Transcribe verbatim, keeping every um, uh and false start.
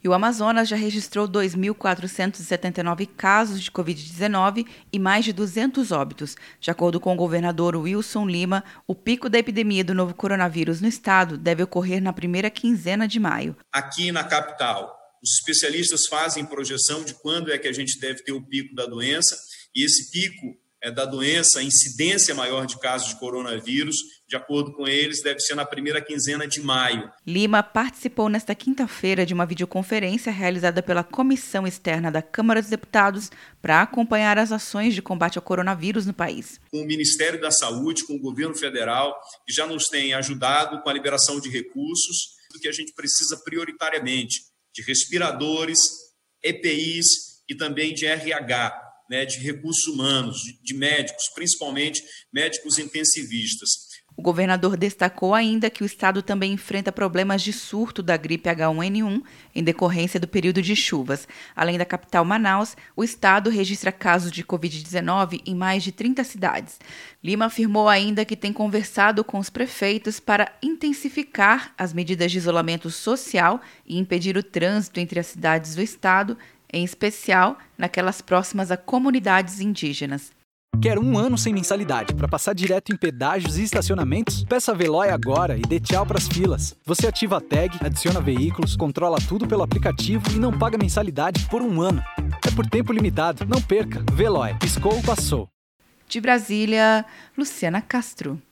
E o Amazonas já registrou dois mil quatrocentos e setenta e nove casos de covid dezenove e mais de duzentos óbitos. De acordo com o governador Wilson Lima, o pico da epidemia do novo coronavírus no estado deve ocorrer na primeira quinzena de maio. Aqui na capital, os especialistas fazem projeção de quando é que a gente deve ter o pico da doença, e esse pico é, da doença, a incidência maior de casos de coronavírus, de acordo com eles, deve ser na primeira quinzena de maio. Lima participou nesta quinta-feira de uma videoconferência realizada pela Comissão Externa da Câmara dos Deputados para acompanhar as ações de combate ao coronavírus no país. Com o Ministério da Saúde, com o governo federal, que já nos tem ajudado com a liberação de recursos, do que a gente precisa prioritariamente, de respiradores, E P Is e também de R H, né, de recursos humanos, de, de médicos, principalmente médicos intensivistas. O governador destacou ainda que o estado também enfrenta problemas de surto da gripe H um N um em decorrência do período de chuvas. Além da capital Manaus, o estado registra casos de covid dezenove em mais de trinta cidades. Lima afirmou ainda que tem conversado com os prefeitos para intensificar as medidas de isolamento social e impedir o trânsito entre as cidades do estado, em especial naquelas próximas a comunidades indígenas. Quer um ano sem mensalidade para passar direto em pedágios e estacionamentos? Peça a Veloy agora e dê tchau pras filas. Você ativa a tag, adiciona veículos, controla tudo pelo aplicativo e não paga mensalidade por um ano. É por tempo limitado. Não perca. Veloy. Piscou, passou. De Brasília, Luciana Castro.